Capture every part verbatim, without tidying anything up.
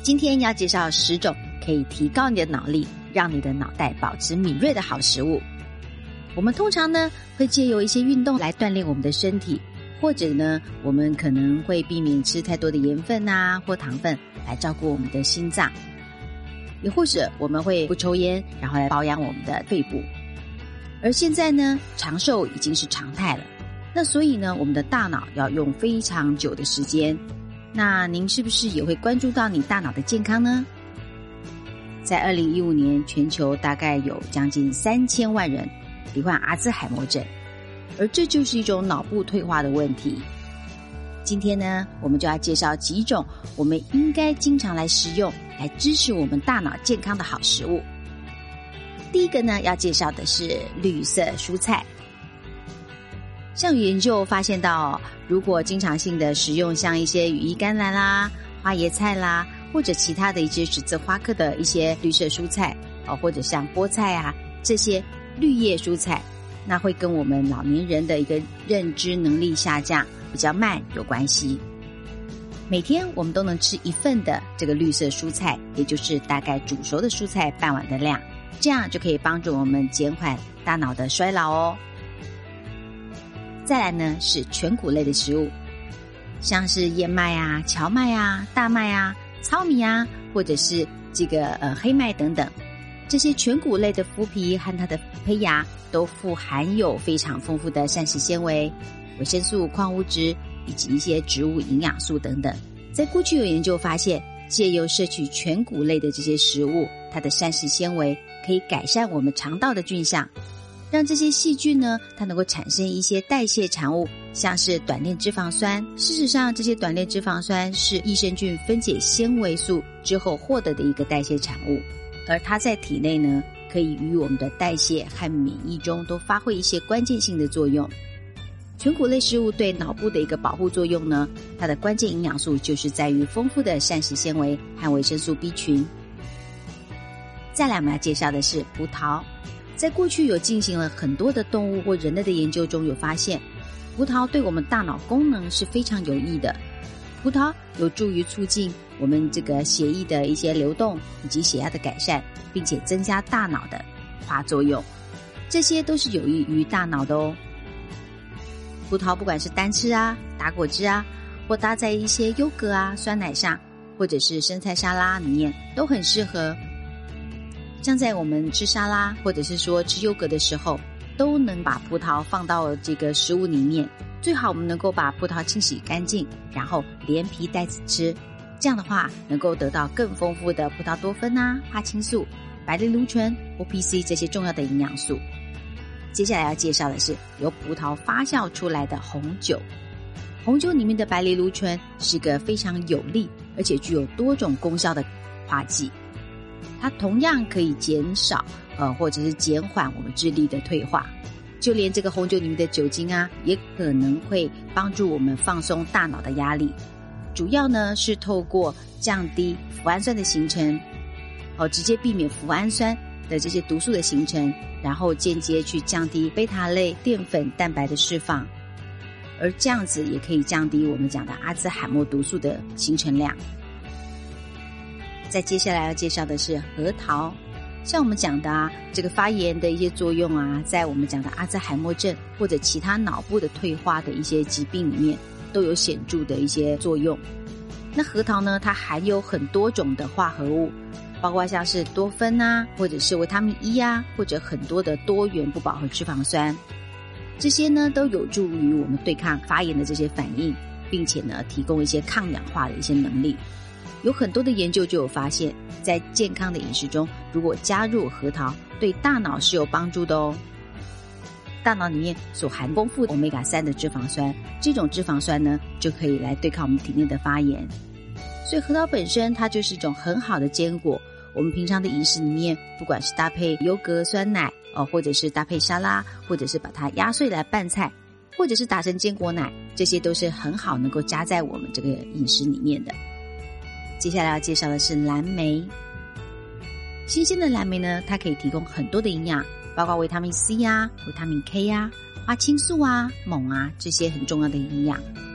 今天要介绍十种可以提高你的脑力，让你的脑袋保持敏锐的好食物。我们通常呢会借由一些运动来锻炼我们的身体，或者呢我们可能会避免吃太多的盐分啊或糖分来照顾我们的心脏，也或者我们会不抽烟，然后来保养我们的肺部。而现在呢，长寿已经是常态了，那所以呢我们的大脑要用非常久的时间。那您是不是也会关注到你大脑的健康呢？在二零一五年，全球大概有将近三千万人罹患阿兹海默症，而这就是一种脑部退化的问题。今天呢，我们就要介绍几种我们应该经常来食用，来支持我们大脑健康的好食物。第一个呢，要介绍的是绿色蔬菜。像有研究发现到，如果经常性的食用像一些羽衣甘蓝啦、花椰菜啦，或者其他的一些十字花科的一些绿色蔬菜，哦，或者像菠菜啊这些绿叶蔬菜，那会跟我们老年人的一个认知能力下降比较慢有关系。每天我们都能吃一份的这个绿色蔬菜，也就是大概煮熟的蔬菜半碗的量，这样就可以帮助我们减缓大脑的衰老哦。再来呢是全谷类的食物，像是燕麦啊、荞麦啊、大麦啊、糙米啊，或者是这个呃黑麦等等，这些全谷类的麸皮和它的胚芽都富含有非常丰富的膳食纤维、维生素、矿物质以及一些植物营养素等等。在过去有研究发现，借由摄取全谷类的这些食物，它的膳食纤维可以改善我们肠道的菌相，让这些细菌呢，它能够产生一些代谢产物，像是短链脂肪酸。事实上，这些短链脂肪酸是益生菌分解纤维素之后获得的一个代谢产物，而它在体内呢，可以与我们的代谢和免疫中都发挥一些关键性的作用。全谷类食物对脑部的一个保护作用呢，它的关键营养素就是在于丰富的膳食纤维和维生素 B 群。再来我们要介绍的是葡萄。在过去有进行了很多的动物或人类的研究中，有发现葡萄对我们大脑功能是非常有益的。葡萄有助于促进我们这个血液的一些流动以及血压的改善，并且增加大脑的化作用，这些都是有益于大脑的哦。葡萄不管是单吃啊、打果汁啊，或搭在一些优格啊、酸奶上，或者是生菜沙拉里面，都很适合。像在我们吃沙拉或者是说吃优格的时候，都能把葡萄放到这个食物里面，最好我们能够把葡萄清洗干净，然后连皮带籽吃，这样的话能够得到更丰富的葡萄多酚啊、花青素、白藜芦醇、O P C 这些重要的营养素。接下来要介绍的是由葡萄发酵出来的红酒。红酒里面的白藜芦醇是个非常有力而且具有多种功效的化剂，它同样可以减少呃或者是减缓我们智力的退化。就连这个红酒里面的酒精啊，也可能会帮助我们放松大脑的压力。主要呢是透过降低脯氨酸的形成，哦，直接避免脯氨酸的这些毒素的形成，然后间接去降低贝塔类淀粉蛋白的释放，而这样子也可以降低我们讲的阿兹海默毒素的形成量。再接下来要介绍的是核桃。像我们讲的啊，这个发炎的一些作用啊，在我们讲的阿兹海默症或者其他脑部的退化的一些疾病里面都有显著的一些作用。那核桃呢，它含有很多种的化合物，包括像是多酚啊，或者是维他命 E 啊，或者很多的多元不饱和脂肪酸，这些呢都有助于我们对抗发炎的这些反应，并且呢提供一些抗氧化的一些能力。有很多的研究就有发现，在健康的饮食中，如果加入核桃，对大脑是有帮助的哦。大脑里面所含丰富欧米伽三的脂肪酸，这种脂肪酸呢就可以来对抗我们体内的发炎。所以核桃本身它就是一种很好的坚果，我们平常的饮食里面，不管是搭配优格、酸奶，哦，或者是搭配沙拉，或者是把它压碎来拌菜，或者是打成坚果奶，这些都是很好能够加在我们这个饮食里面的。接下来要介绍的是蓝莓。新鲜的蓝莓呢，它可以提供很多的营养，包括维他命 C 啊、维他命 K 啊、花青素啊、锰啊，这些很重要的营养。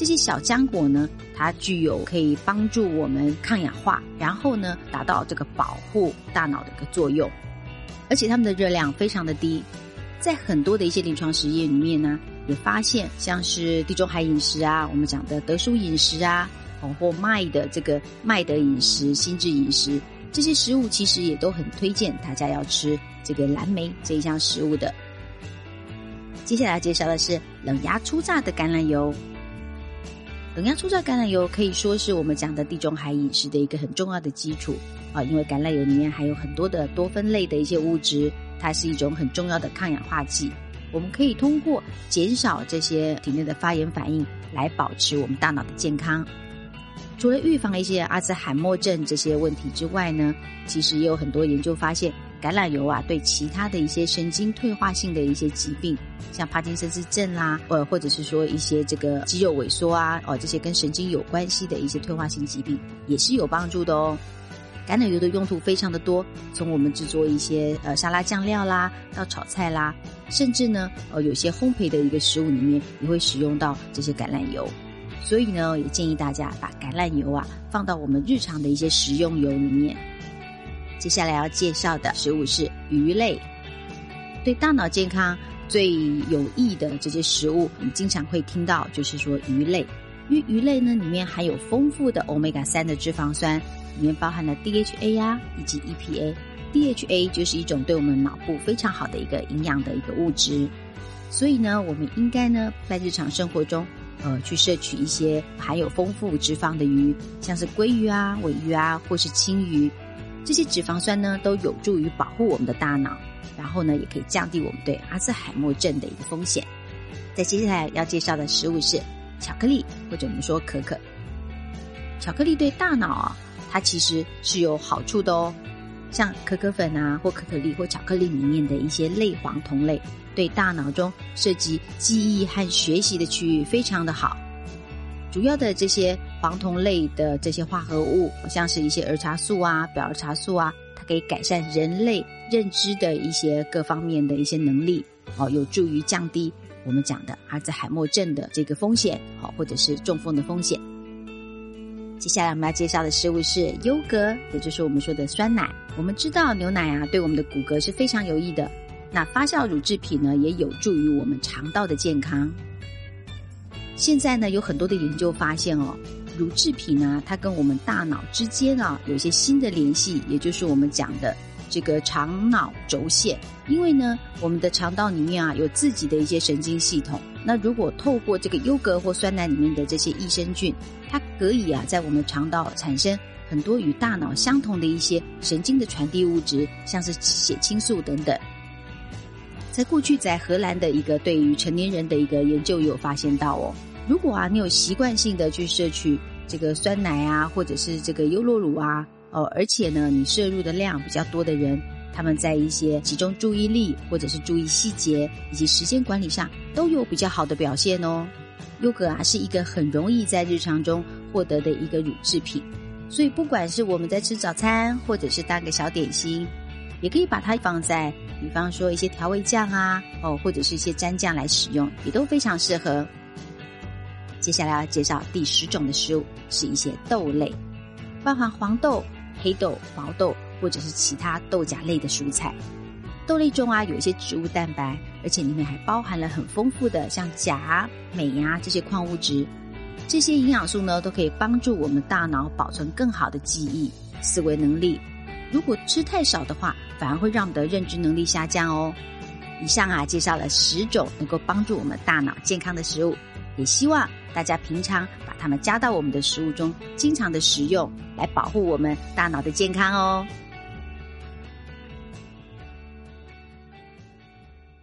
这些小浆果呢，它具有可以帮助我们抗氧化，然后呢达到这个保护大脑的一个作用，而且它们的热量非常的低。在很多的一些临床实验里面呢，也发现像是地中海饮食啊，我们讲的德蔬饮食啊，或麦的这个麦的饮食、心智饮食，这些食物其实也都很推荐大家要吃这个蓝莓这一项食物的。接下来介绍的是冷压初榨的橄榄油。冷压初榨橄榄油可以说是我们讲的地中海饮食的一个很重要的基础啊，因为橄榄油里面还有很多的多酚类的一些物质，它是一种很重要的抗氧化剂。我们可以通过减少这些体内的发炎反应来保持我们大脑的健康。除了预防一些阿兹海默症这些问题之外呢，其实也有很多研究发现橄榄油啊对其他的一些神经退化性的一些疾病，像帕金森氏症啦，呃或者是说一些这个肌肉萎缩啊，哦这些跟神经有关系的一些退化性疾病也是有帮助的哦。橄榄油的用途非常的多，从我们制作一些呃沙拉酱料啦，到炒菜啦，甚至呢呃有些烘焙的一个食物里面也会使用到这些橄榄油。所以呢也建议大家把橄榄油啊放到我们日常的一些食用油里面。接下来要介绍的食物是鱼类。对大脑健康最有益的这些食物，我们经常会听到就是说鱼类，因为鱼类呢里面含有丰富的 欧米伽三 的脂肪酸，里面包含了 D H A 啊以及 E P A。D H A 就是一种对我们脑部非常好的一个营养的一个物质，所以呢我们应该呢在日常生活中呃去摄取一些含有丰富脂肪的鱼，像是鲑鱼啊、鲔鱼啊或是青鱼。这些脂肪酸呢都有助于保护我们的大脑，然后呢也可以降低我们对阿兹海默症的一个风险。在接下来要介绍的食物是巧克力，或者我们说可可。巧克力对大脑啊它其实是有好处的哦，像可可粉啊或可可粒或巧克力里面的一些类黄酮类，对大脑中涉及记忆和学习的区域非常的好。主要的这些黄酮类的这些化合物，像是一些儿茶素啊、表儿茶素啊，它可以改善人类认知的一些各方面的一些能力，哦，有助于降低我们讲的阿兹海默症的这个风险，哦，或者是中风的风险。接下来我们要介绍的食物是优格，也就是我们说的酸奶。我们知道牛奶啊对我们的骨骼是非常有益的，那发酵乳制品呢也有助于我们肠道的健康。现在呢有很多的研究发现哦，乳制品啊它跟我们大脑之间啊有一些新的联系，也就是我们讲的这个肠脑轴线。因为呢我们的肠道里面啊有自己的一些神经系统，那如果透过这个优格或酸奶里面的这些益生菌，它可以啊在我们肠道产生很多与大脑相同的一些神经的传递物质，像是血清素等等。在过去在荷兰的一个对于成年人的一个研究也有发现到哦，如果啊你有习惯性的去摄取这个酸奶啊或者是这个优酪乳啊，哦，而且呢你摄入的量比较多的人，他们在一些集中注意力或者是注意细节以及时间管理上都有比较好的表现哦。优格啊是一个很容易在日常中获得的一个乳制品，所以不管是我们在吃早餐或者是当个小点心，也可以把它放在比方说一些调味酱啊，哦，或者是一些蘸酱来使用，也都非常适合。接下来要介绍第十种的食物是一些豆类，包含黄豆、黑豆、毛豆或者是其他豆荚类的蔬菜。豆类中啊有一些植物蛋白，而且里面还包含了很丰富的像钾、镁啊这些矿物质。这些营养素呢都可以帮助我们大脑保存更好的记忆、思维能力。如果吃太少的话，反而会让我们的认知能力下降哦。以上啊介绍了十种能够帮助我们大脑健康的食物，也希望大家平常把它们加到我们的食物中，经常的食用，来保护我们大脑的健康哦。